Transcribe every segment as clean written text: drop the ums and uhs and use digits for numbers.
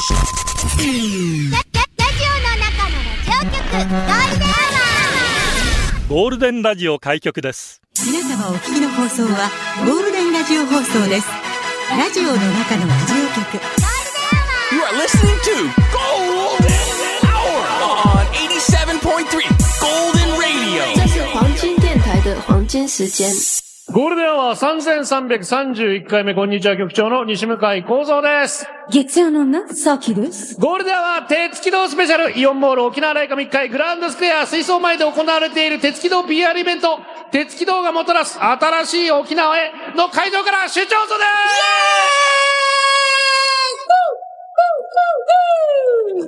ゴールデンラジオ開局です。 皆様お聞きの放送はゴールデンラジオ放送です。ラジオの中のラジオ局 You are listening to Golden Hour on 87.3 Golden Radio。 这是黄金電台的黄金時間。 ゴールデンアワー3331回目、こんにちは、局長の西向井幸三です。 月曜の女さきです。 ゴールデンアワー鉄軌道スペシャル、イオンモール沖縄来華3日グランドスクエア水槽前で行われている鉄軌道 PR イベント、鉄軌道がもたらす新しい沖縄への会場から出張送です。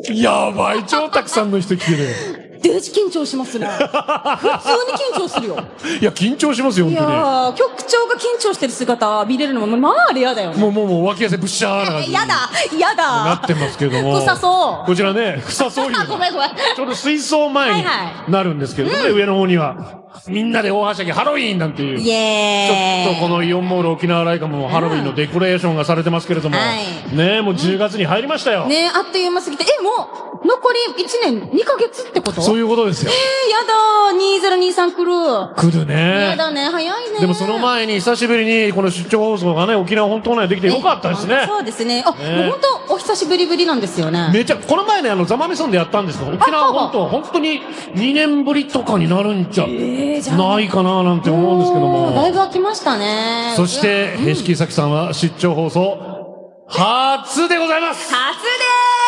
やばい、超たくさんの人来てる。 デージ緊張しますね。普通に緊張するよ。 いや、緊張しますよ、本当に。 いや局長が緊張してる姿見れるのも、まあレアだよね。 もう、脇汗ぶっしゃーな感じ。 やだ。 なってますけども。 臭そう。 こちらね、臭そういう。 ごめん。 ちょうど水槽前になるんですけどね、上の方には。みんなで大はしゃぎハロウィーンなんていう。 イエーイ。 ちょっとこのイオンモール沖縄来華もハロウィーンのデコレーションがされてますけれども。ね、もう10月に入りましたよ。 ね、あっという間すぎて。もう、残り1年2ヶ月ってこと？ そういうことですよ。 やだー、2023来る。 来るね。 やだね、早いね。 でもその前に久しぶりにこの出張放送がね、沖縄本島内できてよかったですね。 そうですね。もう本当お久しぶりなんですよね。 この前ね、ザマメソンでやったんですけど、沖縄本島、本当に2年ぶりとかになるんじゃないかななんて思うんですけども。 だいぶ空きましたね。 そして、へしきさきさんは出張放送、初でございます。 初で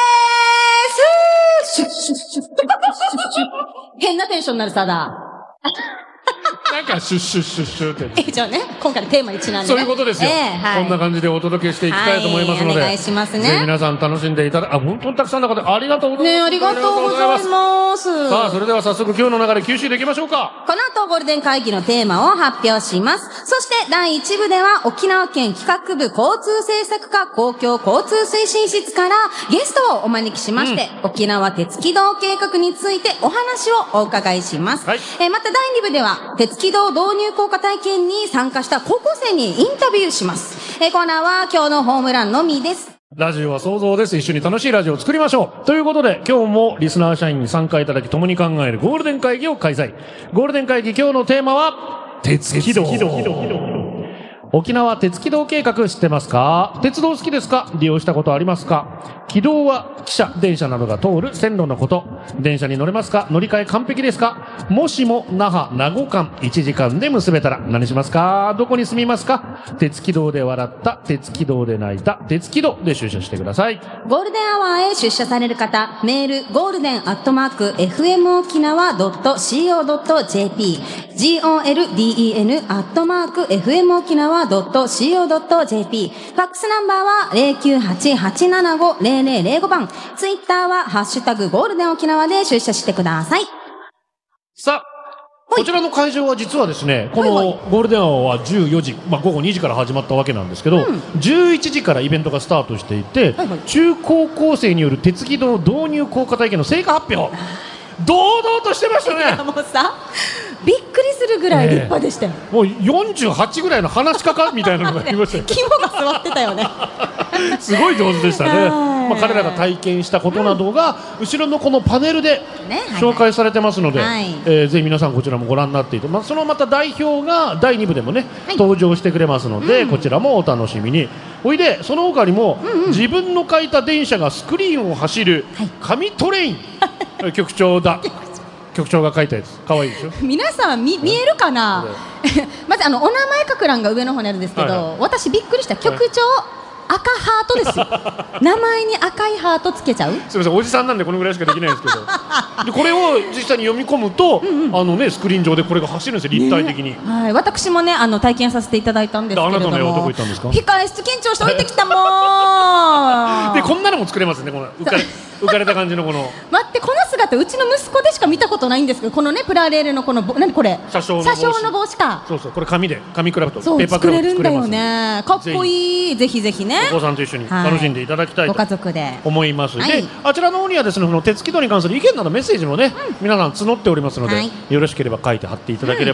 ーす。変なテンションになるさだ。 なんかシュッシュッシュッシュって。 じゃあね、今回のテーマにちなんで、ね。そういうことですよ。こんな感じでお届けしていきたいと思いますので。 お願いしますね。 ぜひ皆さん楽しんでいただ本当にたくさんの方ありがとうございます。 ね、ありがとうございます。 さあ、それでは早速今日の流れ吸収でいきましょうか。 この後ゴールデン会議のテーマを発表します。そして第1部では沖縄県企画部交通政策課公共交通推進室からゲストをお招きしまして、沖縄鉄軌道計画についてお話をお伺いします。また第2部では鉄軌道導入効果体験に参加した高校生にインタビューします。コーナーは今日のホームランのみです。 ラジオは想像です。一緒に楽しいラジオを作りましょう。ということで、今日もリスナー社員に参加いただき共に考えるゴールデン会議を開催。ゴールデン会議今日のテーマは、鉄軌道。沖縄鉄軌道計画知ってますか？鉄道好きですか？利用したことありますか？軌道は汽車、電車などが通る線路のこと。電車に乗れますか？乗り換え完璧ですか？もしも那覇、名護間1時間で結べたら何しますか？どこに住みますか？鉄軌道で笑った、鉄軌道で泣いた、鉄軌道で出社してください。 ゴールデンアワーへ出社される方、メール、ゴールデン@fmokinawa.co.jp golden@fmokinawa.co.jp ファックスナンバーは 098-875-0005 番。ツイッターはハッシュタグゴールデン沖縄で出社してください。 さあ、こちらの会場は実はですね、このゴールデンアワーは14時、午後2時から始まったわけなんですけど、11時からイベントがスタートしていて、中高校生による鉄軌道導入効果体験の成果発表。堂々としてましたね。 もうさ、びっくりするぐらい立派でしたよ。 もう48ぐらいの話し方みたいなのがありましたよ。 肝が座ってたよね。 すごい上手でしたね。彼らが体験したことなどが、後ろのこのパネルで紹介されてますので、ぜひ皆さんこちらもご覧になっていて、そのまた代表が第2部でもね、登場してくれますので、こちらもお楽しみに。おいで、その他にも、自分の書いた電車がスクリーンを走る紙トレイン。局長が書いたやつ、可愛いでしょ。 皆さん見えるかな。まずお名前書く欄が上の方にあるんですけど、私びっくりした。局長、赤ハートですよ。名前に赤いハートつけちゃう。 すみません、おじさんなんでこのぐらいしかできないんですけど。でこれを実際に読み込むと、スクリーン上でこれが走るんですよ、立体的に。 はい、私もね体験させていただいたんですけれども。 あなたの絵はどこ行ったんですか？ 控え室緊張して降りてきたもん。 でこんなのも作れますね、この浮かれた感じのこの。 待って、この姿うちの息子でしか見たことないんですけど、このねプラレールのこの何これ？車掌の帽子か。 そうそう、これ紙クラフト、 そうペーパークラフト作れるんだよね。かっこいい。ぜひぜひね、 お子さんと一緒に楽しんでいただきたいとご家族で思います。で、あちらの方にはですね、この鉄軌道に関する意見などメッセージもね、皆さん募っておりますので、よろしければ書いて貼っていただければと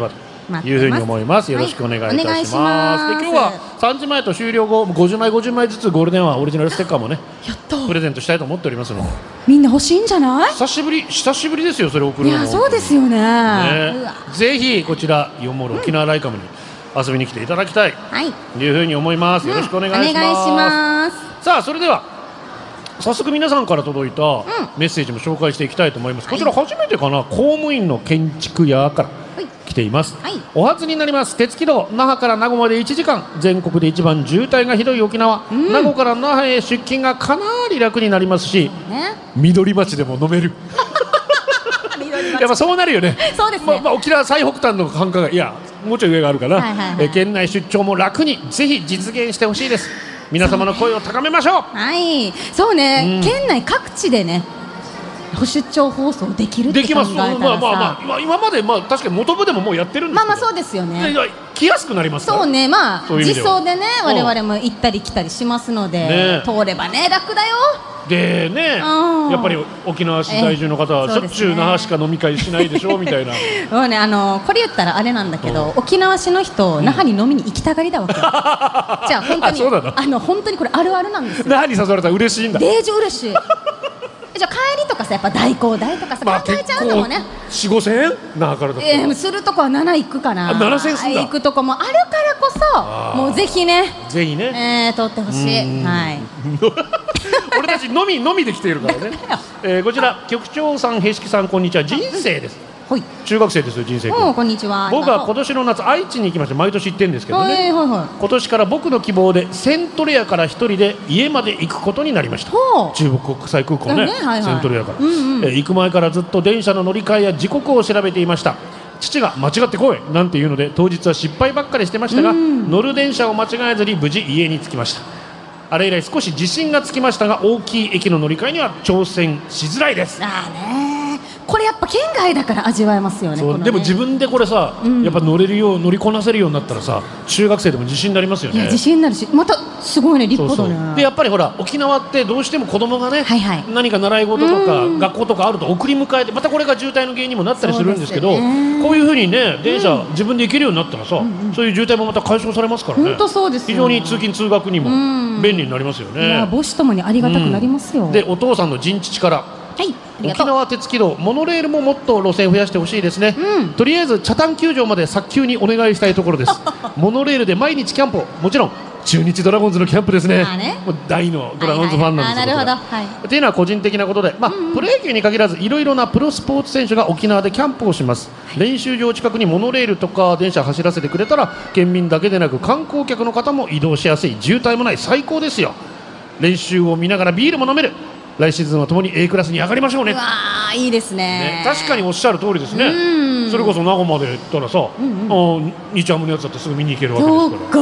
いうふうに思います。よろしくお願いいたします。 お願いします。 で今日は3時前と終了後50枚50枚ずつゴールデンはオリジナルステッカーもねプレゼントしたいと思っておりますので、 みんな欲しいんじゃない？ 久しぶりですよ、それ送るのも。 いやそうですよね。 ぜひこちらイオンモール沖縄ライカムに遊びに来ていただきたいというふうに思います。よろしくお願いします。 お願いします。 さあそれでは早速皆さんから届いたメッセージも紹介していきたいと思います。こちら初めてかな、公務員の建築屋から来ています。お初になります。鉄軌道那覇から名護まで1時間、全国で一番渋滞がひどい沖縄、名護から那覇へ出勤がかなり楽になりますし、緑町でも飲めるやっぱそうなるよね。 そうですね。 沖縄最北端の繁華街、いやもうちょい上があるから、県内出張も楽にぜひ実現してほしいです。皆様の声を高めましょう。 はい、そうね、県内各地でね出張放送できるって考えたらさ、 今まで確かに元部でももうやってるんですけど、 そうですよね。 来やすくなりますから。 そうね、実装でね我々も行ったり来たりしますので、通ればね楽だよ。 でね、やっぱり沖縄市在住の方はしょっちゅう那覇しか飲み会しないでしょみたいな。 もうね、これ言ったらあれなんだけど、沖縄市の人那覇に飲みに行きたがりだわけ。じゃあ本当に本当にこれあるあるなんですよ。 那覇に誘われたら嬉しいんだ。 デージ嬉しい。じゃあ帰りとかさ、やっぱ代行代とかさ、考えちゃうのもね、 4、5千円那覇からだったら、 するとこは7行くかな。 7千すんだ。 行くとこもあるからこそ、もうぜひね通ってほしい。はい。 俺たちのみで来ているからね。こちら局長さん、へしきさん、こんにちは。人生です。中学生ですよ、人生君。 こんにちは。 僕は今年の夏愛知に行きました。毎年行ってるんですけどね、今年から僕の希望でセントレアから一人で家まで行くことになりました。中国国際空港ね、セントレアから、行く前からずっと電車の乗り換えや時刻を調べていました。父が間違ってこいなんて言うので当日は失敗ばっかりしてましたが、乗る電車を間違えずに無事家に着きました。あれ以来少し自信がつきましたが、大きい駅の乗り換えには挑戦しづらいです。 これやっぱ県外だから味わえますよね。 でも自分でこれさ、やっぱ乗りこなせるようになったらさ、中学生でも自信になりますよね。 いや自信になるし、またすごいね、立派だね。 でやっぱりほら沖縄ってどうしても子供がね、何か習い事とか学校とかあると送り迎えて、またこれが渋滞の原因にもなったりするんですけど、こういうふうにね電車自分で行けるようになったらさ、そういう渋滞もまた解消されますからね。 本当そうです。 非常に通勤通学にも便利になりますよね。 いや母子ともにありがたくなりますよ。 でお父さんの人父から、沖縄鉄軌道モノレールももっと路線増やしてほしいですね。とりあえず北谷球場まで早急にお願いしたいところです。モノレールで毎日キャンプを、もちろん中日ドラゴンズのキャンプですね。もう大のドラゴンズファンなんですよ。っていうのは個人的なことで、プロ野球に限らずいろいろなプロスポーツ選手が沖縄でキャンプをします。練習場近くにモノレールとか電車走らせてくれたら県民だけでなく観光客の方も移動しやすい、渋滞もない、最高ですよ。練習を見ながらビールも飲める。来シーズンはともに A クラスに上がりましょうね。 いいですね。 確かにおっしゃる通りですね。それこそ名護まで行ったらさ、日ハムのやつだってすぐ見に行けるわけですから。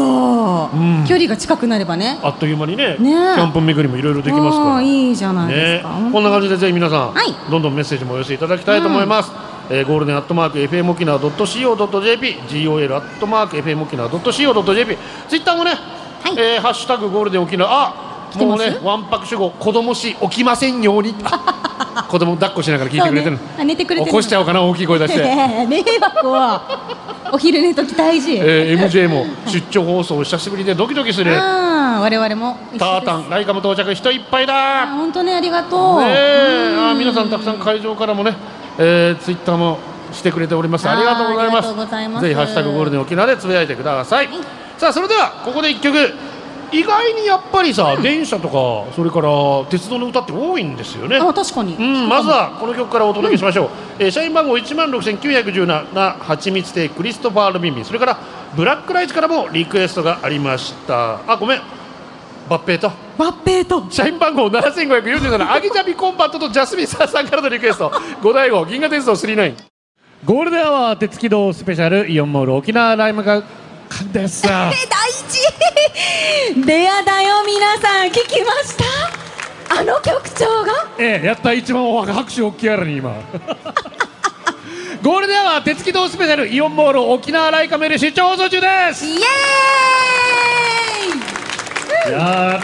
距離が近くなればね、 あっという間にねキャンプ巡りもいろいろできますから。 いいじゃないですか。 こんな感じでぜひ皆さんどんどんメッセージもお寄せいただきたいと思います。ゴールデン@FM 沖縄 .co.jp、 GOL @FM 沖縄 .co.jp、 ツイッターもね、ハッシュタグゴールデン沖縄、もうね、わんぱく主語、子供し起きませんように。子供抱っこしながら聞いてくれてる。 寝てくれてる。 起こしちゃおうかな、大きい声出して。 迷惑はお昼寝とき大事。 MJ も出張放送久しぶりでドキドキする。 我々もタータンライカム到着、人いっぱいだ。 本当ね、ありがとう。 皆さんたくさん会場からもね、ツイッターもしてくれております。ありがとうございます。ぜひハッシュタグゴールデン沖縄でつぶやいてください。さあそれではここで一曲。意外にやっぱりさ、電車とかそれから鉄道の歌って多いんですよね。 確かに。 まずはこの曲からお届けしましょう。社員番号16917はちみつ亭クリストファール・ミンミン、それからブラックライチからもリクエストがありました。ごめん、バッペーと社員番号7547アギジャビコンパットとジャスミンサーさんからのリクエスト。五大号銀河鉄道39ゴールデンアワー鉄軌道スペシャルイオンモール沖縄ライムがです大事レアだよ。皆さん聞きました？あの局長がやった一番拍手大きいやらに今ゴールデンアワー鉄軌道スペシャルイオンモール沖縄ライカメル出張放送中です。 イエーイ。 いや楽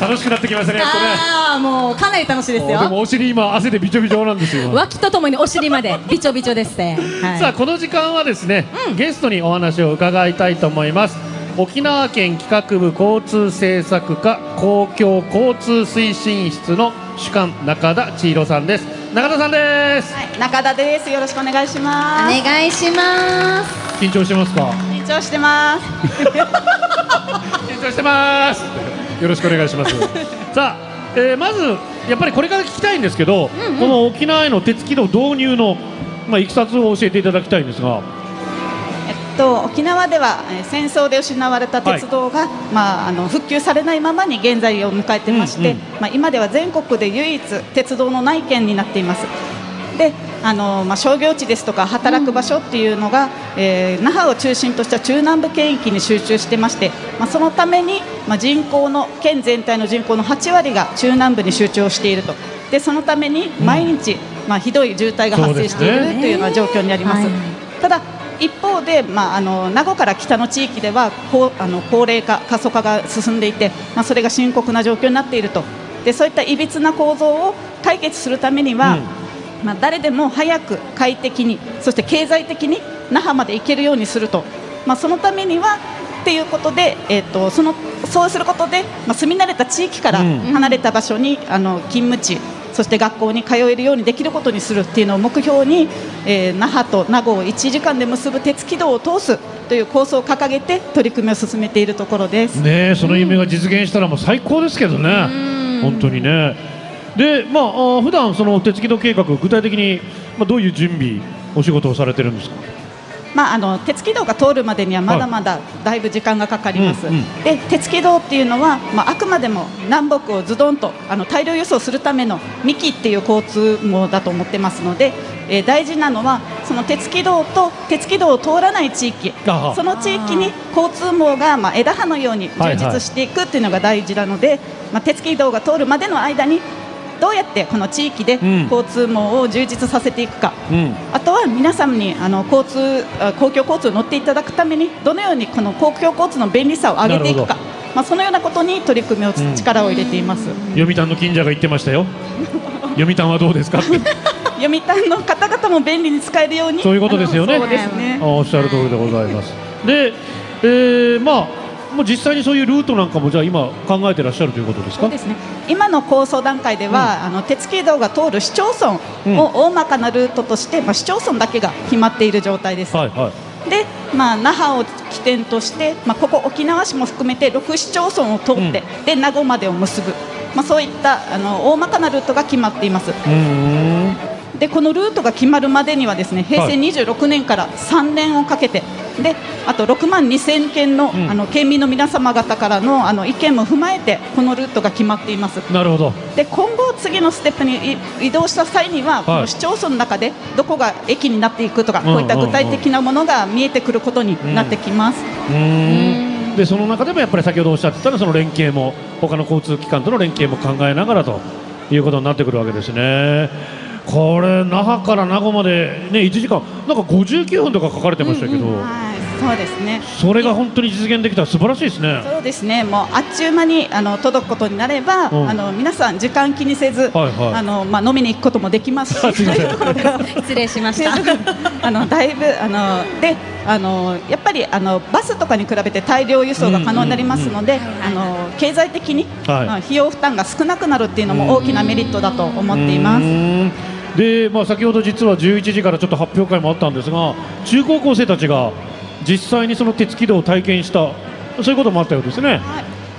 楽しくなってきましたね、やっとね。 ああ、もうかなり楽しいですよ。 でもお尻今汗でびちょびちょなんですよ。 脇とともにお尻までびちょびちょですね。はい、 さあこの時間はですね、ゲストにお話を伺いたいと思います。沖縄県企画部交通政策課公共交通推進室の主幹中田千尋さんです。中田さんです。 はい、中田です。よろしくお願いします。 お願いします。 緊張してますか？ 緊張してます。 緊張してます。よろしくお願いします。さあ、まずやっぱりこれから聞きたいんですけど、この沖縄への鉄軌道導入のいきさつを教えていただきたいんですが。 沖縄では戦争で失われた鉄道が、復旧されないままに現在を迎えてまして、今では全国で唯一鉄道のない県になっています。で商業地ですとか働く場所っていうのが、那覇を中心とした中南部圏域に集中してまして、そのために、人口の県全体の人口の8割が中南部に集中していると。でそのために毎日、ひどい渋滞が発生しているというような状況にあります。ただ一方で、名護から北の地域では高齢化、過疎化が進んでいて、それが深刻な状況になっていると。でそういったいびつな構造を解決するためには、誰でも早く快適に、そして経済的に那覇まで行けるようにすると、そのためにはっていうことで、そうすることで、住み慣れた地域から離れた場所に、勤務地、そして学校に通えるようにできることにするっていうのを目標に、那覇と名護を1時間で結ぶ鉄軌道を通すという構想を掲げて取り組みを進めているところです。 ね、その夢が実現したらもう最高ですけどね、本当にね。で、普段その鉄軌道計画、具体的に、どういう準備、お仕事をされてるんですか？ 鉄軌道が通るまでにはまだまだだいぶ時間がかかります。で鉄軌道っていうのは、あくまでも南北をズドンと大量輸送するための幹っていう交通網だと思ってますので、大事なのはその鉄軌道と鉄軌道を通らない地域、その地域に交通網が枝葉のように充実していくっていうのが大事なので、鉄軌道が通るまでの間にどうやってこの地域で交通網を充実させていくか、あとは皆さんに公共交通に乗っていただくためにどのようにこの公共交通の便利さを上げていくか、そのようなことに取り組みを力を入れています。 読谷の近所が言ってましたよ。読谷はどうですか？読谷の方々も便利に使えるように、 そういうことですよね。 そうですね。 おっしゃる通りでございます。で、もう実際にそういうルートなんかもじゃあ今考えてらっしゃるということですか？ そうですね。今の構想段階では、鉄軌道が通る市町村を大まかなルートとして、市町村だけが決まっている状態です。で、那覇を起点として、ここ沖縄市も含めて6市町村を通って、で名護までを結ぶ、そういった大まかなルートが決まっています。でこのルートが決まるまでにはですね、平成26年から3年をかけて、であと6万2000件の、県民の皆様方からの意見も踏まえてこのルートが決まっています。 なるほど。 で今後次のステップに移動した際には、この市町村の中でどこが駅になっていくとか、こういった具体的なものが見えてくることになってきます。 でその中でもやっぱり先ほどおっしゃってたのはその連携も他の交通機関との連携も考えながらということになってくるわけですね。これ那覇から名護まで、1時間なんか59分とか書かれてましたけど、 そうですね。 それが本当に実現できたら素晴らしいですね。 そうですね。もうあっちゅう間に届くことになれば、皆さん時間気にせず、飲みに行くこともできますし、 失礼しました。 だいぶでやっぱりバスとかに比べて大量輸送が可能になりますので、経済的に、費用負担が少なくなるっていうのも大きなメリットだと思っています。 で、先ほど実は11時からちょっと発表会もあったんですが、中高校生たちが実際にその鉄軌道を体験した、そういうこともあったようですね。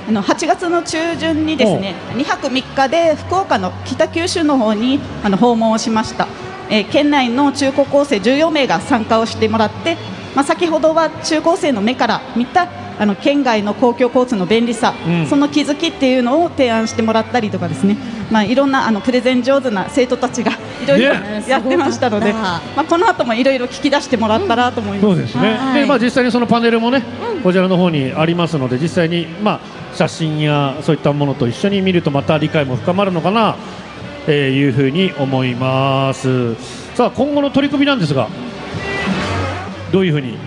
8月の中旬にですね、2泊3日で福岡の北九州の方に訪問をしました。県内の中高校生14名が参加をしてもらって、先ほどは中高生の目から見た県外の公共交通の便利さ、その気づきっていうのを提案してもらったりとかですね、いろんなプレゼン上手な生徒たちがいろいろやってましたので、この後もいろいろ聞き出してもらったらと思います。 そうですね。で、実際にそのパネルもね、こちらの方にありますので、実際に写真やそういったものと一緒に見るとまた理解も深まるのかなというふうに思います。さあ今後の取り組みなんですが、どういうふうに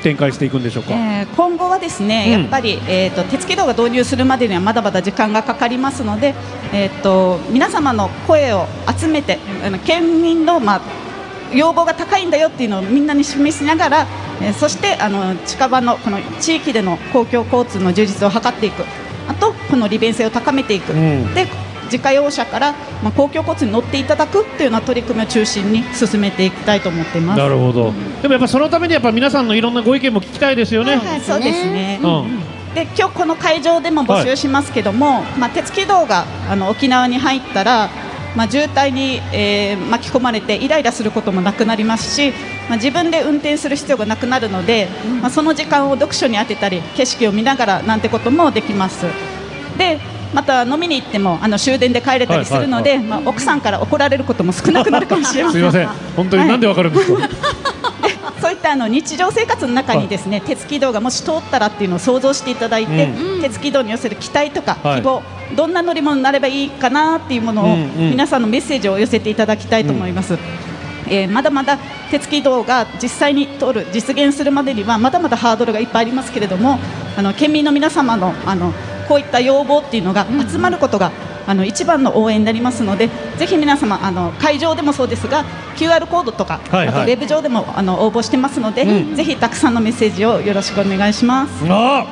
展開していくんでしょうか。 今後はですね、やっぱり、鉄軌道が導入するまでにはまだまだ時間がかかりますので、皆様の声を集めて県民の、要望が高いんだよっていうのをみんなに示しながら、そして近場のこの地域での公共交通の充実を図っていく、あとこの利便性を高めていく、で自家用車から、公共交通に乗っていただくというような取り組みを中心に進めていきたいと思っています。 なるほど。でもやっぱそのためにやっぱ皆さんのいろんなご意見も聞きたいですよね。 そうですね。で今日この会場でも募集しますけども、鉄軌道が沖縄に入ったら、渋滞に、巻き込まれてイライラすることもなくなりますし、自分で運転する必要がなくなるので、その時間を読書に当てたり景色を見ながらなんてこともできます。でまた飲みに行っても終電で帰れたりするので、奥さんから怒られることも少なくなるかもしれません。 すいません、本当になんでわかるんですか。 そういった日常生活の中にですね、鉄軌道がもし通ったらっていうのを想像していただいて、鉄軌道に寄せる期待とか希望、どんな乗り物になればいいかなっていうものを、皆さんのメッセージを寄せていただきたいと思います。まだまだ鉄軌道が実際に通る実現するまでにはまだまだハードルがいっぱいありますけれども、県民の皆様のこういった要望っていうのが集まることが一番の応援になりますので、ぜひ皆様会場でもそうですが QR コードとか、あとウェブ上でも応募してますので、ぜひたくさんのメッセージをよろしくお願いします。 はい、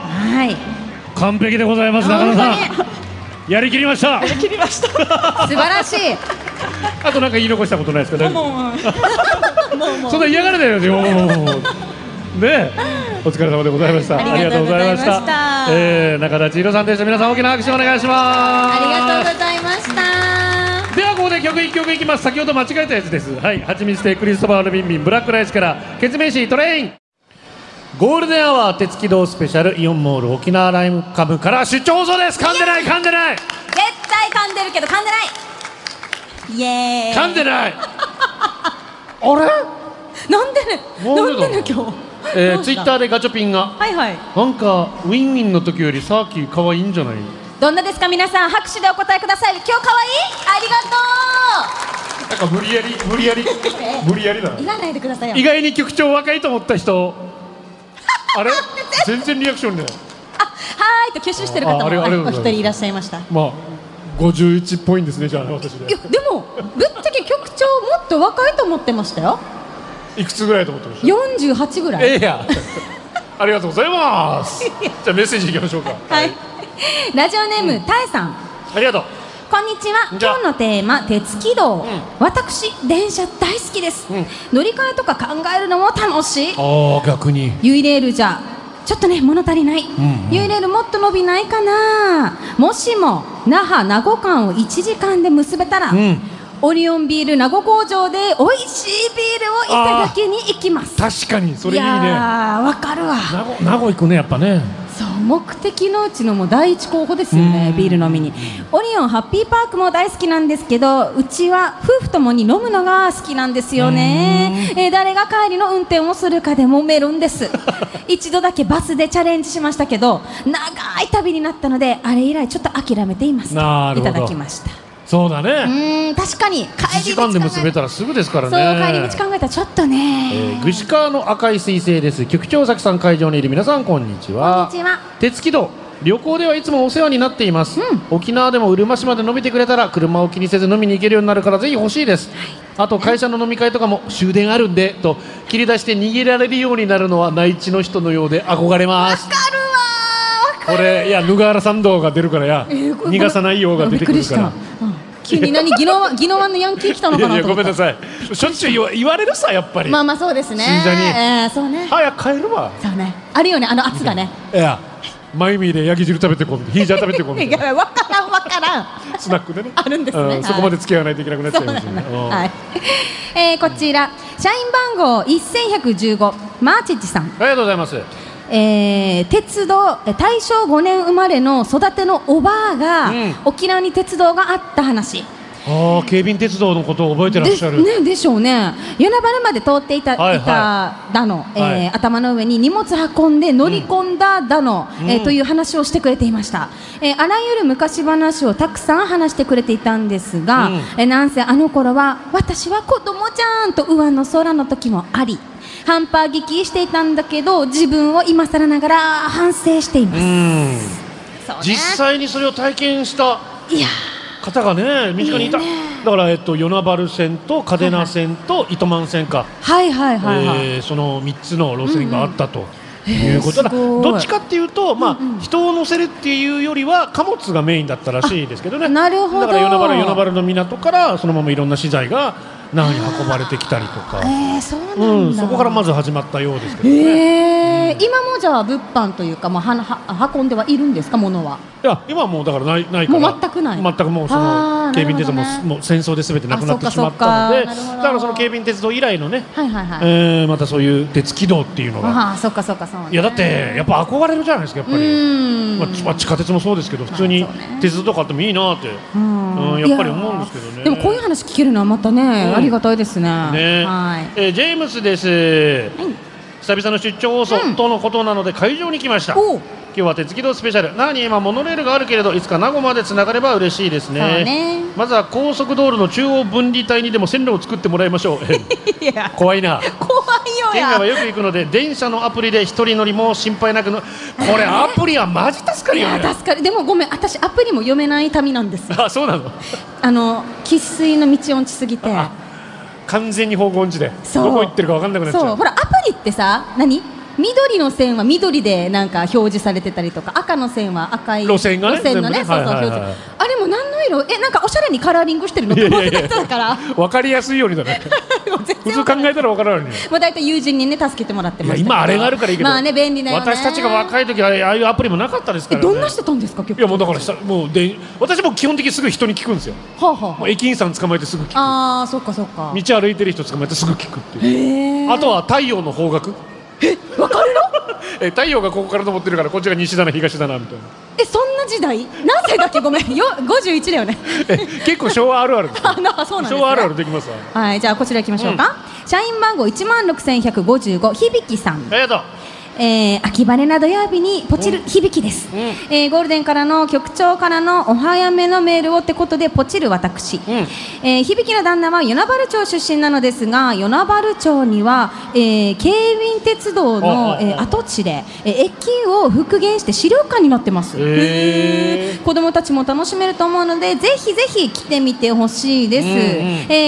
完璧でございます。中野さんやりきりました。 やりきりました。 素晴らしい。 あとなんか言い残したことないですか。そんな嫌がらないよ。ね、お疲れ様でございました。ありがとうございました。中田千尋さんでした。皆さん大きな拍手お願いします。 ありがとうございました。 ではここで曲1曲いきます。先ほど間違えたやつです。はい、はちみつ亭クリストファールビンビンブラックライスからケツメイシトレイン。ゴールデンアワー鉄軌道スペシャルイオンモール沖縄ライムカムから出張放送です。噛んでない噛んでない。 絶対噛んでるけど噛んでない。イエーイ。 噛んでない。あれ？ なんでね。なんでね今日。 ツイッターでガチョピンが、なんかウィンウィンの時よりサーキー可愛いんじゃない？ どんなですか皆さん、拍手でお答えください。今日可愛い？ありがとう。 なんか無理やりだ。 いらないでくださいよ。 意外に局長若いと思った人あれ全然リアクションね。 はーいと挙手してる方もお一人いらっしゃいました。 51っぽいんですね。じゃあ私で。 いやでもぶっちゃけ局長もっと若いと思ってましたよ。 いくつぐらいと思ってました？ 48ぐらい。 ありがとうございます。じゃあメッセージいきましょうか。 はい。ラジオネームたえさん。 ありがとう。 こんにちは。今日のテーマ鉄軌道。私電車大好きです。乗り換えとか考えるのも楽しい。 逆に。 ユイレールじゃちょっとね物足りない。ユイレールもっと伸びないかな。もしも那覇名護間を1時間で結べたら。オリオンビール名護工場で美味しいビールをいただきに行きます。 確かにそれいいね。 わかるわ。 名護行くねやっぱね。 そう目的のうちのもう第一候補ですよね。ビール飲みに。オリオンハッピーパークも大好きなんですけど、うちは夫婦ともに飲むのが好きなんですよね。誰が帰りの運転をするかで揉めるんです。一度だけバスでチャレンジしましたけど長い旅になったのであれ以来ちょっと諦めています。いただきました。 そうだね。 確かに 1時間で結べたらすぐですからね。 そう帰り道考えたらちょっとね。 ぐし川の赤い彗星です。局長崎さん会場にいる皆さんこんにちは。 こんにちは。 鉄軌道旅行ではいつもお世話になっています。沖縄でもうるま市まで伸びてくれたら車を気にせず飲みに行けるようになるからぜひ欲しいです。あと会社の飲み会とかも終電あるんでと切り出して逃げられるようになるのは内地の人のようで憧れます。 わかるわ。 これいやヌガーラ参道が出るからや、逃がさないようが出てくるから。 急に何宜野湾のヤンキー来たのかなと思った。 ごめんなさい。しょっちゅう言われるさやっぱり。 まあそうですね。 新座に。 そうね。 早く帰るわ。 そうね。あるよね圧がね。 いやマイミーでヤギ汁食べてこんヒージャー食べてこん。 いやわからん。 スナックでね。 あるんですね。 そこまで付き合わないといけなくなっちゃいますね。 はい。こちら社員番号1115マーチッチさん。 ありがとうございます。 鉄道大正5年生まれの育てのおばあが、沖縄に鉄道があった話。 京浜鉄道のことを覚えてらっしゃる。 でしょうね。与那原まで通っていただの、頭の上に荷物運んで乗り込んだだの、という話をしてくれていました。あらゆる昔話をたくさん話してくれていたんですが、なんせあの頃は私は子供じゃんと上の空の時もあり、 半端聞きしていたんだけど、自分を今更ながら反省しています。そうね、 実際にそれを体験したいや方がね、身近にいた。 いいね。 だから与那原線と嘉手納線と糸満線か、 はいはいはいはい。 その3つの路線があったと。いうことだ。 すごいどっちかっていうと、まあ人を乗せるっていうよりは貨物がメインだったらしいですけどね。 なるほど。 だから与那原の港からそのままいろんな資材が那覇に運ばれてきたりとか、 そうなんだ。 そこからまず始まったようですけどね。 今もじゃあ物販というか、まあ運んではいるんですか、物は。 いや今はもうだからないから。 もう全くない。 全くもうその警備鉄道もう戦争で全てなくなってしまったので、だからその警備鉄道以来のね、またそういう鉄軌道っていうのが。 そっかそう。 いやだってやっぱ憧れるじゃないですか、やっぱり。まあ地下鉄もそうですけど、普通に鉄道とかあってもいいなってやっぱり思うんですけどね。 でもこういう話聞けるのはまたね、ありがたいですね。 ジェームスです。久々の出張放送とのことなので会場に来ました。今日は鉄軌道スペシャル。那覇に今モノレールがあるけれど、いつか名護までつながれば嬉しいですね。まずは高速道路の中央分離帯にでも線路を作ってもらいましょう。怖いな。 怖いよ。 県外はよく行くので電車のアプリで一人乗りも心配なくの。これアプリはマジ助かるよね。 助かる。でもごめん、私アプリも読めない民なんですよ。 あ、そうなの。 生粋の道音痴すぎて完全に方向音痴でどこ行ってるか分かんなくなっちゃう。 そう、ほらアプリってさ、緑の線は緑でなんか表示されてたりとか、赤の線は赤い路線のね、 そう表示。あれも何の色、なんかおしゃれにカラーリングしてるのと思ってたから、 分かりやすいようにだね。普通考えたら分からないのに。 もう大体友人にね助けてもらってました。 今あれがあるからいいけど、 まあね、便利だよね。 私たちが若い時はああいうアプリもなかったですからね。 どんなしてたんですか。 いやもうだからもう私も基本的にすぐ人に聞くんですよ。駅員さん捕まえてすぐ聞く。 ああ、そっかそっか。 道歩いてる人捕まえてすぐ聞くっていう。あとは太陽の方角。 わかるの？ 太陽がここから昇ってるからこっちが西だな東だなみたいな。 そんな時代？何歳だっけ？ごめん、51だよね。 結構昭和あるあるです。 そうなんですね。 昭和あるあるできますわ。 はい、じゃあこちら行きましょうか。社員番号16155、響さん。 ありがとう。 秋晴れな土曜日にポチる響です。ゴールデンからの局長からのお早めのメールをってことでポチる私。響の旦那は与那原町出身なのですが、与那原町には、京浜鉄道の跡地で駅を復元して資料館になってます。子供たちも楽しめると思うのでぜひぜひ来てみてほしいです。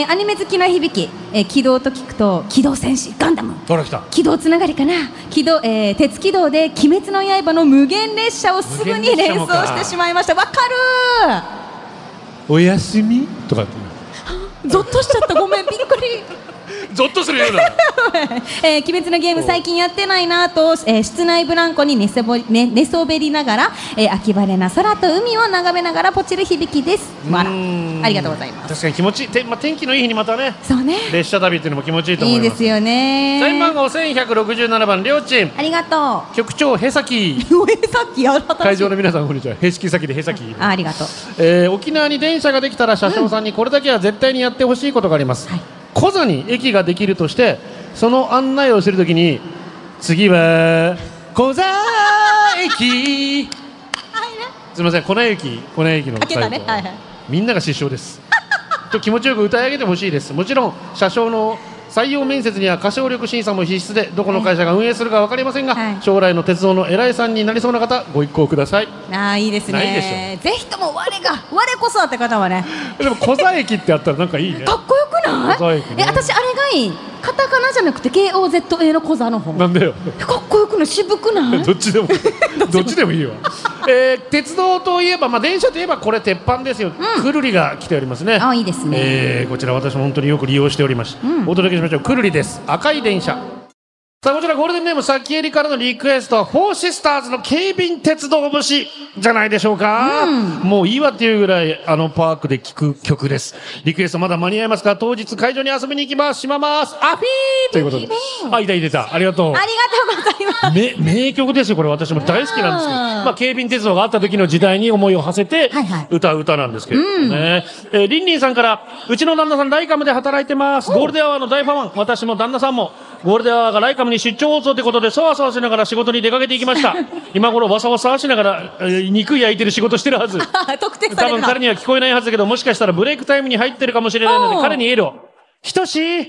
アニメ好きな響、軌道と聞くと機動戦士ガンダム、機動つながりかな、鉄軌道で鬼滅の刃の無限列車をすぐに連想してしまいました。わかる。 おやすみとかってゾッとしちゃった。ごめん、びっくり。 ゾッとするような。 鬼滅のゲーム最近やってないなと、室内ブランコに寝そべりながら、秋晴れな空と海を眺めながらポチる響です。ありがとうございます。 確かに気持ちいい。天気のいい日にまたね、 そうね、 列車旅っていうのも気持ちいいと思います。 いいですよね。 社員番号1167番りょうちん。 ありがとう。局長へさき。会場の皆さんこんにちは。へしき先でへさき。 ありがとう。 沖縄に電車ができたら車掌さんにこれだけは絶対にやってほしいことがあります。コザに駅ができるとしてその案内をするときに次はコザ駅すみません、粉雪の最後、みんなが失笑ですと気持ちよく歌い上げてほしいです。もちろん車掌の採用面接には歌唱力審査も必須でどこの会社が運営するか分かりませんが、将来の鉄道の偉いさんになりそうな方ご一行ください。 いいですね。 ないでしょ。 ぜひとも我こそって方はね。 でもコザ駅ってあったらなんかいいね。 かっこよくない？ コザ駅ね。 私あれがいい。カタカナじゃなくて KOZA のコザの方。 なんでよ。 かっこよくない？渋くない？ どっちでもいいわ。鉄道といえば、電車といえばこれ鉄板ですよ。くるりが来ておりますね。 いいですね。 こちら私も本当によく利用しております。お届けしましょう。くるりです。赤い電車。さあこちらゴールデンネームさきえりからのリクエストはフォーシスターズの警備鉄道節じゃないでしょうか。もういいわっていうぐらいパークで聴く曲です。リクエストまだ間に合いますか？当日会場に遊びに行きます。しまますアフィーということで、いたありがとう。 ありがとうございます。 名曲ですよこれ。私も大好きなんですけど、警備鉄道があった時の時代に思いを馳せて歌う歌なんですけれどもね。リンリンさんから、うちの旦那さんライカムで働いてます。ゴールデンアワーの大ファン。私も旦那さんもゴールデンアワーがライカムに出張放送ということでそわそわしながら仕事に出かけていきました今頃わさわさしながら、肉焼いてる仕事してるはず多分彼には聞こえないはずだけど、もしかしたらブレイクタイムに入ってるかもしれないので彼にエールを。ひとし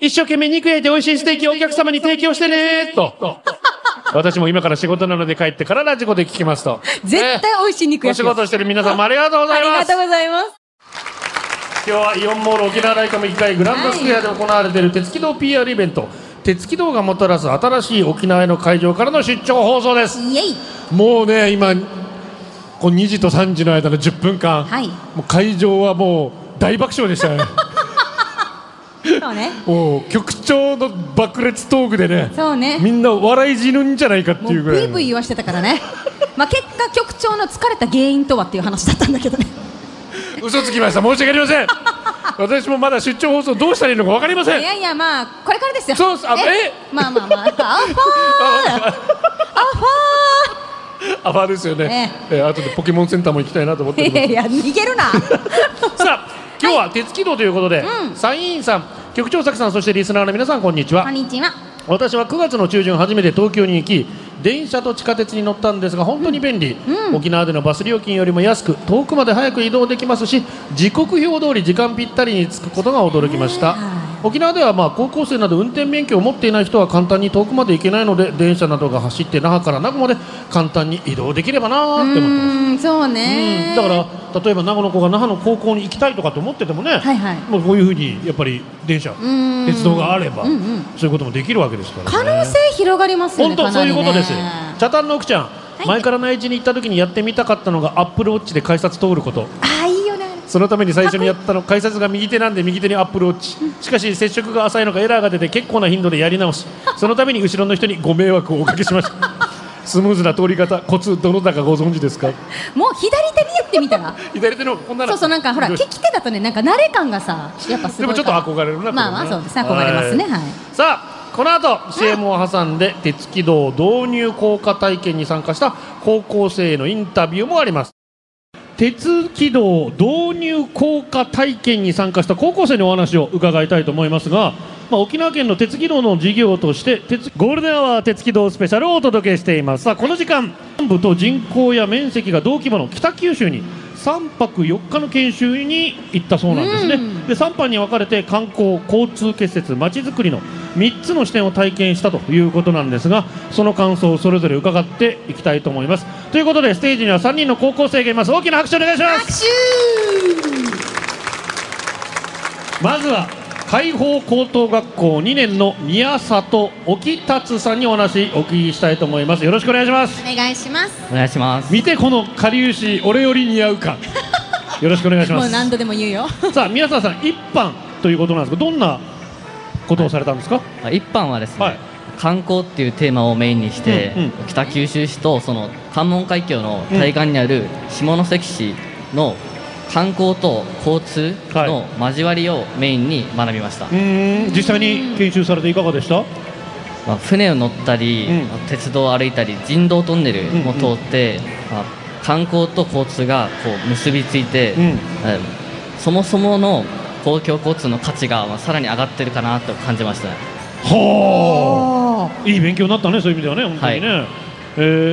一生懸命肉焼いて美味しいステーキをお客様に提供してねと。私も今から仕事なので帰ってからラジコで聞きますと。 絶対美味しい肉お焼きよ。 仕事してる皆さんもありがとうございます。 ありがとうございます。 今日はイオンモール沖縄ライカム1階グランドスクエアで行われている鉄軌道 PR イベント、鉄軌道がもたらす新しい沖縄への会場からの出張放送です。 イエイ。 もうね、今この2時と3時の間の10分間、 はい。 もう会場はもう大爆笑でしたね。 そうね。 もう局長の爆裂トークでね、 そうね。 みんな笑い死ぬんじゃないかってもういうぐらい。 ブイブイ言わしてたからね。まあ結果局長の疲れた原因とはっていう話だったんだけどね。 嘘つきました。申し訳ありません。私もまだ出張放送どうしたらいいのか分かりません。 いやいや、まあこれからですよ。 そうっす。 まあまあまあ。アファアファーですよね。あとでポケモンセンターも行きたいなと思ってー。いやいや、逃げるな。 さあ、今日は鉄軌道ということで、参議院さん、局長作さん、そしてリスナーの皆さん、こんにちは。 こんにちは。 私は9月の中旬初めて東京に行き、電車と地下鉄に乗ったんですが本当に便利、沖縄でのバス料金よりも安く遠くまで早く移動できますし、時刻表通り時間ぴったりに着くことが驚きました。沖縄では高校生など運転免許を持っていない人は簡単に遠くまで行けないので、電車などが走って那覇から名護まで簡単に移動できればなーって思ってます。 そうね。 だから例えば名護の子が那覇の高校に行きたいとかと思っててもね、 はいはい。 もうこういうふうにやっぱり電車鉄道があれば、そういうこともできるわけですからね。 可能性広がりますよね。 本当そういうことです。 かなりね。 茶炭の奥ちゃん、前から内地に行った時にやってみたかったのがアップルウォッチで改札通ること。 あ、いいよね。 そのために最初にやったの、改札が右手なんで右手にアップルウォッチ。しかし接触が浅いのかエラーが出て結構な頻度でやり直し、そのために後ろの人にご迷惑をおかけしました。スムーズな通り方、コツどのだかご存知ですか？ もう左手にやってみたら。 左手のこんなの。 そうそう、なんかほら利き手だとね、なんか慣れ感がさ、やっぱすごい。 でもちょっと憧れるな。 まあまあそうですね、憧れますね。はい。 さあ、この後 CM を挟んで鉄軌道導入効果体験に参加した高校生へのインタビューもあります。鉄軌道導入効果体験に参加した高校生にお話を伺いたいと思いますが、沖縄県の鉄軌道の事業としてゴールデンアワー鉄軌道スペシャルをお届けしています。さあ、この時間部と人口や面積が同規模の北九州に3泊4日の研修に行ったそうなんですね。で、3班に分かれて観光、交通結節、まちづくりの3つの視点を体験したということなんですが、その感想をそれぞれ伺っていきたいと思います。ということでステージには3人の高校生がいます。大きな拍手お願いします。まずは海邦高等学校2年の宮里沖達さんにお話お聞きしたいと思います。よろしくお願いします。 お願いします。 お願いします。 見てこのかりゆし、俺より似合うか。よろしくお願いします。 もう何度でも言うよ。 さあ、宮里さん、一班ということなんですが、どんなことをされたんですか？ 一班はですね、 はい、 観光っていうテーマをメインにして、北九州市とその関門海峡の対岸にある下関市の観光と交通の交わりをメインに学びました。 実際に研修されていかがでした？ 船を乗ったり、鉄道を歩いたり、人道トンネルも通って、観光と交通がこう結びついて、そもそもの公共交通の価値がさらに上がってるかなと感じましたね。 はあ、いい勉強になったね、そういう意味ではね、本当にね。はい、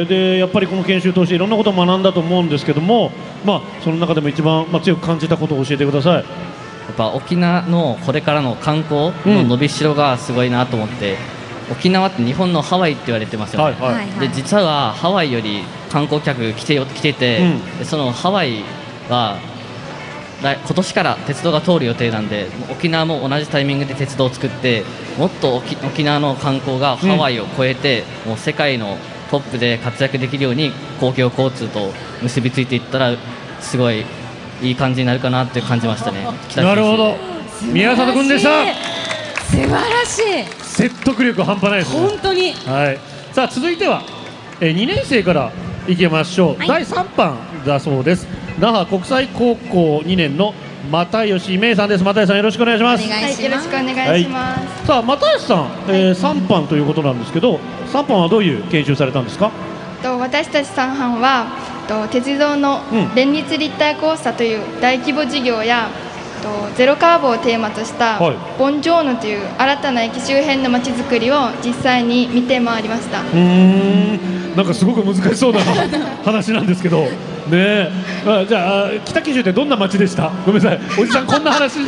でやっぱりこの研修通していろんなことを学んだと思うんですけども、その中でも一番、強く感じたことを教えてください。 やっぱ沖縄のこれからの観光の伸びしろがすごいなと思って、沖縄って日本のハワイって言われてますよね。で実はハワイより観光客来てて、そのハワイは今年から鉄道が通る予定なんで、沖縄も同じタイミングで鉄道を作って、もっと沖縄の観光がハワイを超えて、もう世界のトップで活躍できるように公共交通と結びついていったらすごいいい感じになるかなって感じましたね。 なるほど、宮里君でした。 素晴らしい。 説得力半端ないですね。 本当に。 はい。さあ続いては、2年生からいきましょう。第3班だそうです。那覇国際高校2年の又吉芽さんです。又吉さん、よろしくお願いします。 よろしくお願いします。 さあ又吉さん、3班ということなんですけど、3班はどういう研修されたんですか？ 私たち3班は鉄道の連立立体交差という大規模事業や、ゼロカーブをテーマとしたボンジョーノという新たな駅周辺の街づくりを実際に見て回りました。 なんかすごく難しそうな話なんですけどね。じゃあ北九州ってどんな街でした？ごめんなさい、おじさんこんな話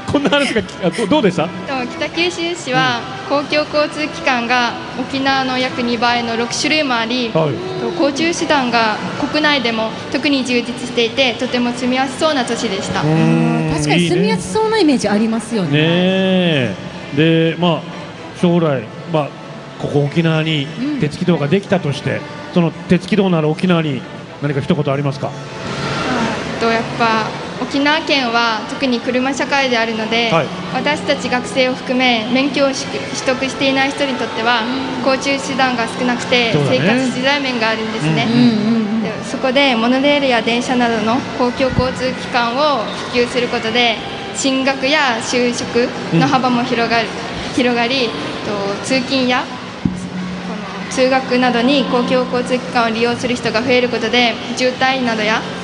こんな話がどうでした？ 北九州市は公共交通機関が沖縄の約2倍の6種類もあり、交通手段が国内でも特に充実していて、とても住みやすそうな都市でした。 確かに住みやすそうなイメージありますよね。 で、将来、ここ沖縄に鉄軌道ができたとして、その鉄軌道のある沖縄に何か一言ありますか？ やっぱ沖縄県は特に車社会であるので、私たち学生を含め免許を取得していない人にとっては交通手段が少なくて生活しづらい面があるんですね。そこでモノレールや電車などの公共交通機関を普及することで進学や就職の幅も広がり、通勤や通学などに公共交通機関を利用する人が増えることで渋滞な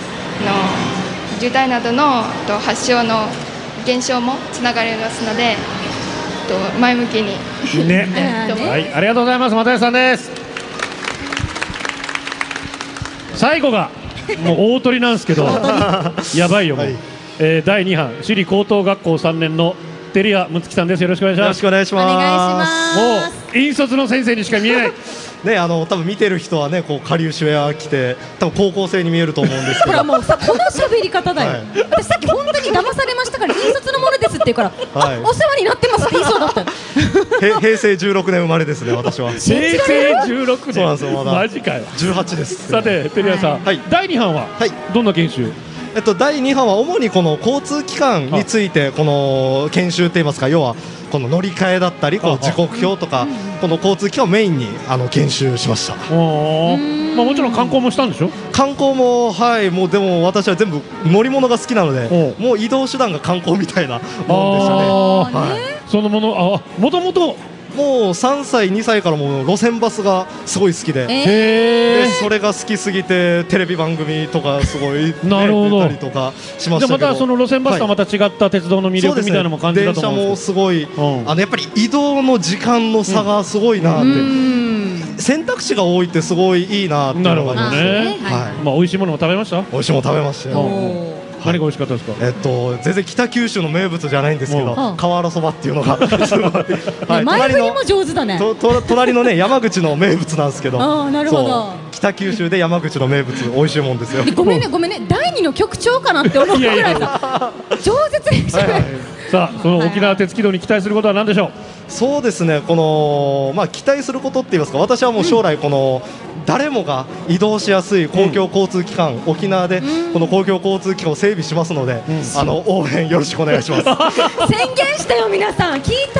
どの発症の減少もつながりますので、前向きにはい、ありがとうございます。又吉さんです。最後がもう大鳥なんですけどやばいよもう、第2班首里高等学校3年の照屋睦月さんです。よろしくお願いします。 よろしくお願いします。 もう引率の先生にしか見えないね、多分見てる人はね、こうカリウシウェア着て多分高校生に見えると思うんですけど、 ほらもうさ、この喋り方だよ。私さっき本当に騙されましたから、引率のものですって言うから、お世話になってますって言いそうだった平成16年生まれですね、私は。 平成16年。 そうなんですよ、まだマジかよ。 18です。 さて照屋さん、第2班はどんな研修？ 第2班は主にこの交通機関についてこの研修といいますか、要はこの乗り換えだったりこう時刻表とかこの交通機関をメインに研修しました。 もちろん観光もしたんでしょ？ 観光ももうでも私は全部乗り物が好きなので、もう移動手段が観光みたいなもんでしたね。 そのものもともともう3歳2歳からもう路線バスがすごい好きで、それが好きすぎてテレビ番組とかすごい、 なるほど、 出たりとかしましたけど、 またその路線バスとはまた違った鉄道の魅力みたいなのも感じたと思うんですけど、 電車もすごい、やっぱり移動の時間の差がすごいなって、選択肢が多いってすごいいいなっていうのがありますね。 美味しいものも食べました？ 美味しいもの食べましたよ。 何が美味しかったですか？ 全然北九州の名物じゃないんですけど、瓦そばっていうのがすごい、 前振りも上手だね。 隣のね山口の名物なんですけど、 なるほど、 北九州で山口の名物美味しいもんですよ。 ごめんね、第2の局長かなって思うぐらいさ饒舌にしゃべる。 さあ、その沖縄鉄軌道に期待することは何でしょう？ そうですね、この期待することって言いますか、私はもう将来この誰もが移動しやすい公共交通機関、沖縄でこの公共交通機関を整備しますので、応援よろしくお願いします。 宣言したよ皆さん、聞いた？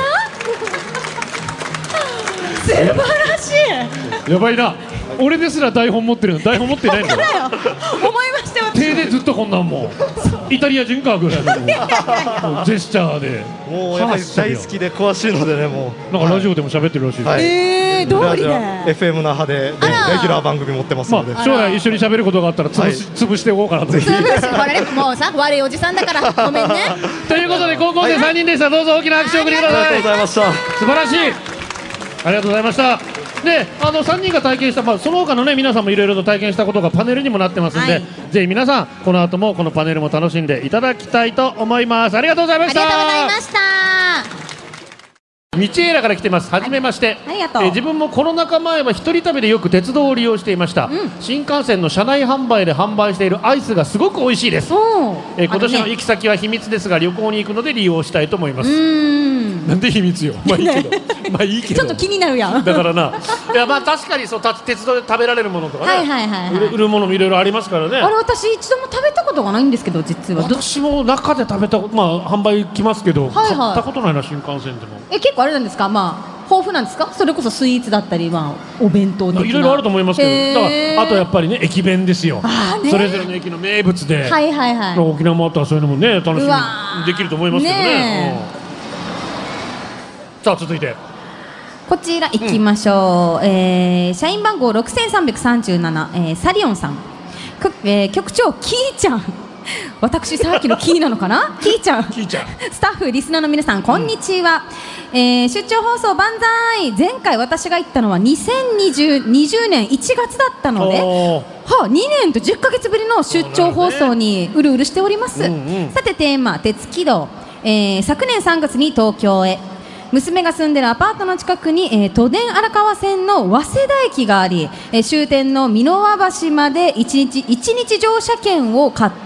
素晴らしい。 やばいな、俺ですら台本持ってるの、台本持ってないの。 思いましたよ。 手でずっとこんなんもんイタリア人かぐらいのジェスチャーで、 もうやっぱり大好きで詳しいのでね、もうなんかラジオでも喋ってるらしいです。 通りで FM 那覇でレギュラー番組持ってますので、 将来一緒に喋ることがあったら潰していこうかなと。ぜひ。 ほらね、もうさ、悪いおじさんだからごめんね。 ということで高校生3人でした。どうぞ大きな拍手を送りください。 ありがとうございました。 素晴らしい、ありがとうございました。で、3人が体験した、その他のね皆さんもいろいろと体験したことがパネルにもなってますんで、ぜひ皆さんこの後もこのパネルも楽しんでいただきたいと思います。ありがとうございました。 ありがとうございました。 道枝から来てます。はじめまして。 ありがとう。 自分もコロナ禍前は一人旅でよく鉄道を利用していました。新幹線の車内販売で販売しているアイスがすごく美味しいです。今年の行き先は秘密ですが旅行に行くので利用したいと思います。なんで秘密よ。まあいいけど、まあいいけど。 ちょっと気になるやん。 だからな。いや確かにそう鉄道で食べられるものとかね、売るものもいろいろありますからね。 あれ私一度も食べたことがないんですけど、実は。 私も中で食べた、販売来ますけど、買ったことないな、新幹線でも。 結構あれなんですか、豊富なんですか？それこそスイーツだったり、お弁当的な。 いろいろあると思いますけど、だからあとやっぱりね駅弁ですよ。それぞれの駅の名物で、沖縄もあったらそういうのもね楽しみできると思いますけどね。さあ続いてこちら行きましょう。社員番号6337、サリオンさん。局長キーちゃん。私さっきのキーなのかな？キーちゃん。スタッフリスナーの皆さんこんにちは。出張放送万歳。前回私が行ったのは2020年1月だったので、2年と10ヶ月ぶりの出張放送にうるうるしております。さてテーマ鉄軌道。 昨年3月に東京へ。娘が住んでるアパートの近くに、都電荒川線の早稲田駅があり、終点の美濃和橋まで1日乗車券を買って、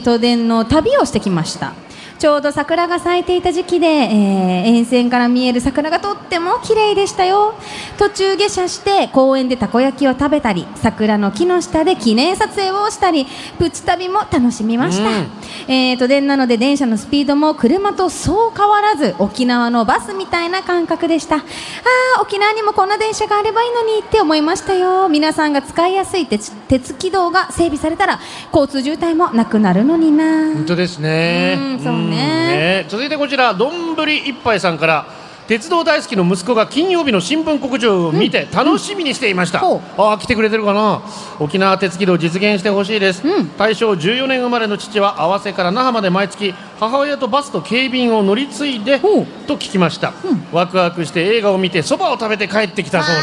都電の旅をしてきました。ちょうど桜が咲いていた時期で、沿線から見える桜がとっても綺麗でしたよ。途中下車して公園でたこ焼きを食べたり、桜の木の下で記念撮影をしたり、プチ旅も楽しみました。都電なので電車のスピードも車とそう変わらず、沖縄のバスみたいな感覚でした。沖縄にもこんな電車があればいいのにって思いましたよ。皆さんが使いやすい鉄軌道が整備されたら交通渋滞もなくなるのにな。 本当ですね。 そう続いてこちら、どんぶり一杯さんから、鉄道大好きの息子が金曜日の新聞告示を見て楽しみにしていました。来てくれてるかな。沖縄鉄軌道実現してほしいです。大正14年生まれの父は合わせから那覇まで毎月母親とバスと警備員を乗り継いでと聞きました。ワクワクして映画を見てそばを食べて帰ってきたそうです。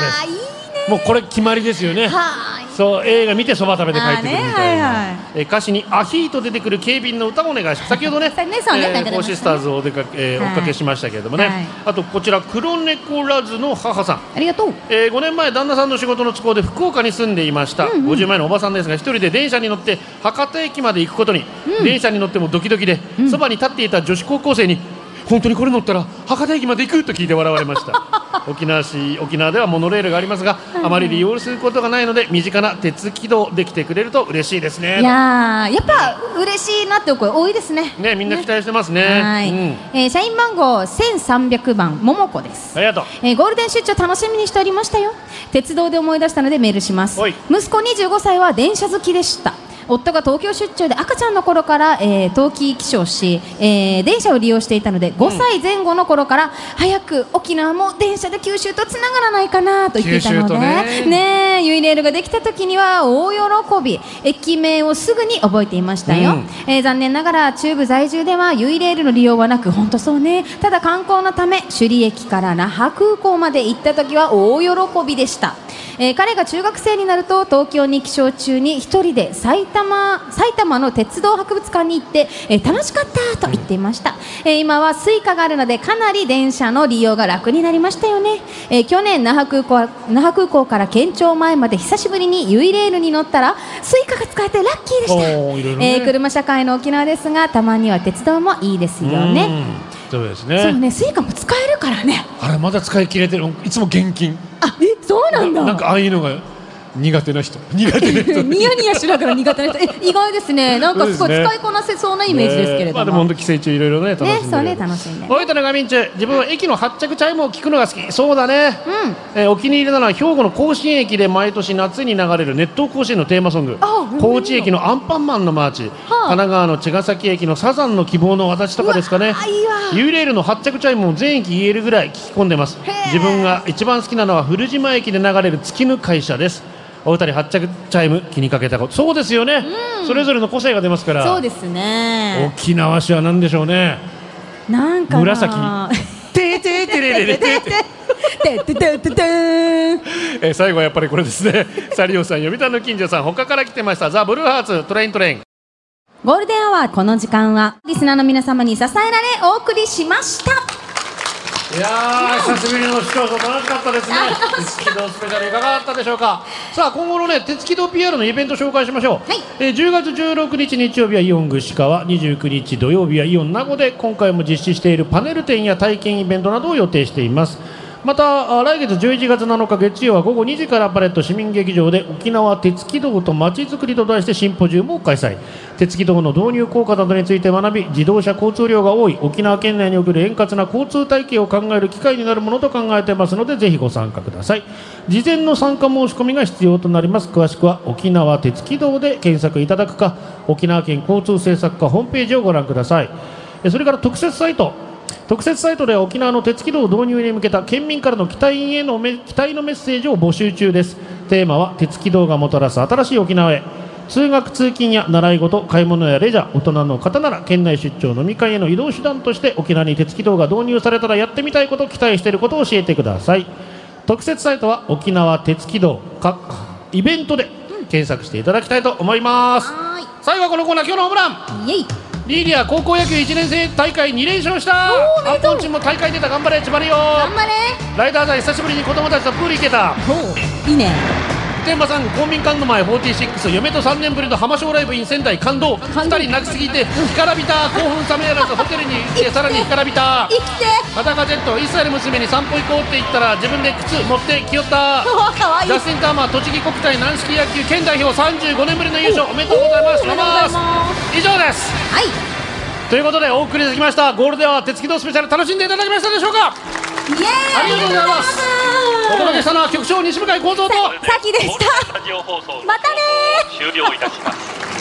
もうこれ決まりですよね。そう、映画見てそば食べて帰ってくるみたいな。歌詞にアヒーと出てくる警備員の歌をお願いします。先ほどね、フォーシスターズを追っかけしましたけれどもね。あとこちら、黒猫ラズの母さん、 ありがとう。 5年前旦那さんの仕事の都合で福岡に住んでいました。50前のおばさんですが、一人で電車に乗って博多駅まで行くことに、電車に乗ってもドキドキで、そばに立っていた女子高校生に、本当にこれ乗ったら博多駅まで行くと聞いて笑われました沖縄ではモノレールがありますが、あまり利用することがないので、身近な鉄軌道できてくれると嬉しいですね。 いややっぱ嬉しいなってお声多いですね。 みんな期待してますね。 社員番号1300番ももこです。 ありがとう。 ゴールデン出張楽しみにしておりましたよ。鉄道で思い出したのでメールします。息子25歳は電車好きでした。夫が東京出張で赤ちゃんの頃から、冬季起床し、電車を利用していたので、5歳前後の頃から早く沖縄も電車で九州とつながらないかなと言っていたので、ユイレールができた時には大喜び。駅名をすぐに覚えていましたよ。残念ながら中部在住ではユイレールの利用はなく、本当そうね。ただ観光のため首里駅から那覇空港まで行った時は大喜びでした。彼が中学生になると東京に起床中に一人で埼玉の鉄道博物館に行って、楽しかったと言っていました。今はスイカがあるのでかなり電車の利用が楽になりましたよね。去年那覇空港から県庁前まで久しぶりにユイレールに乗ったらスイカが使えてラッキーでした。車社会の沖縄ですが、たまには鉄道もいいですよね。 そうですね。 そうね、スイカも使えるからね。 あれまだ使い切れてる。いつも現金。 そうなんだ。 なんかああいうのが苦手な人ニヤニヤしながら苦手な人意外ですね。なんかすごい使いこなせそうなイメージですけれども、 でも本当帰省中いろいろね楽しんでる。 そうね、楽しんで。 大分のガミンチュ、自分は駅の発着チャイムを聞くのが好き。そうだね。お気に入りなのは兵庫の甲子園駅で毎年夏に流れる熱湯甲子園のテーマソング、高知駅のアンパンマンのマーチ、神奈川の茅ヶ崎駅のサザンの希望の私とかですかね。ユーレールの発着チャイムも全駅言えるぐらい聞き込んでます。自分が一番好きなのは古島駅で流れる月の会社です。お二人発着チャイム気にかけたこと。そうですよね、それぞれの個性が出ますから。 そうですね。 沖縄市は何でしょうね。 なんか紫てててれれれて最後はやっぱりこれですね。サリオさん、読谷の近所さん、他から来てました。ザ・ブルーハーツトレイン。 ゴールデンアワー、この時間はリスナーの皆様に支えられお送りしました。 いやー、久しぶりの視聴者楽しかったですね。鉄軌道スペシャルいかがだったでしょうか。さあ、今後のね、鉄軌道 PR のイベント紹介しましょう。10月16日日曜日はイオン串川、29日土曜日はイオン名護で今回も実施しているパネル展や体験イベントなどを予定しています。また来月11月7日月曜は午後2時からパレット市民劇場で沖縄鉄軌道とまちづくりと題してシンポジウムを開催。鉄軌道の導入効果などについて学び、自動車交通量が多い沖縄県内における円滑な交通体系を考える機会になるものと考えていますので、ぜひご参加ください。事前の参加申し込みが必要となります。詳しくは沖縄鉄軌道で検索いただくか、沖縄県交通政策課ホームページをご覧ください。それから特設サイトでは沖縄の鉄軌道導入に向けた県民からの期待のメッセージを募集中です。テーマは鉄軌道がもたらす新しい沖縄へ。通学通勤や習い事、買い物やレジャー、大人の方なら県内出張飲み会への移動手段として沖縄に鉄軌道が導入されたらやってみたいこと、期待していることを教えてください。特設サイトは沖縄鉄軌道イベントで検索していただきたいと思います。最後はこのコーナー、今日のホームラン。 リーディア高校野球1年生大会2連勝した。アンポンチンも大会出た。頑張れ、千葉りよ。 頑張れ。 ライダーザ久しぶりに子供たちとプール行けた。 いいね。 天馬さん、公民館の前46、嫁と3年ぶりの浜松ライブイン仙台感動。2人泣きすぎて干からびた。興奮冷めやらずホテルに行ってさらに干からびた。 生きて。 裸ジェット、1歳の娘に散歩行こうって言ったら自分で靴持ってきよった。 かわいい。 ジャスティン・ターマー栃木国体軟式野球県代表35年ぶりの優勝おめでとうございます。以上です。 はい。 ということでお送りできましたゴールデンは鉄軌道スペシャル、楽しんでいただけましたでしょうか。 イエーイ、 ありがとうございます。お届けしたのは局長西向井幸三とさきでした。またねー。 終了いたします。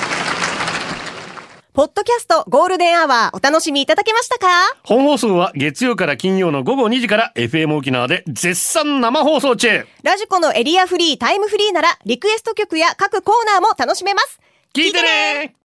ポッドキャストゴールデンアワーお楽しみいただけましたか？ 本放送は月曜から金曜の午後2時から FM 沖縄で絶賛生放送中。 ラジコのエリアフリータイムフリーならリクエスト曲や各コーナーも楽しめます。 聞いてねー。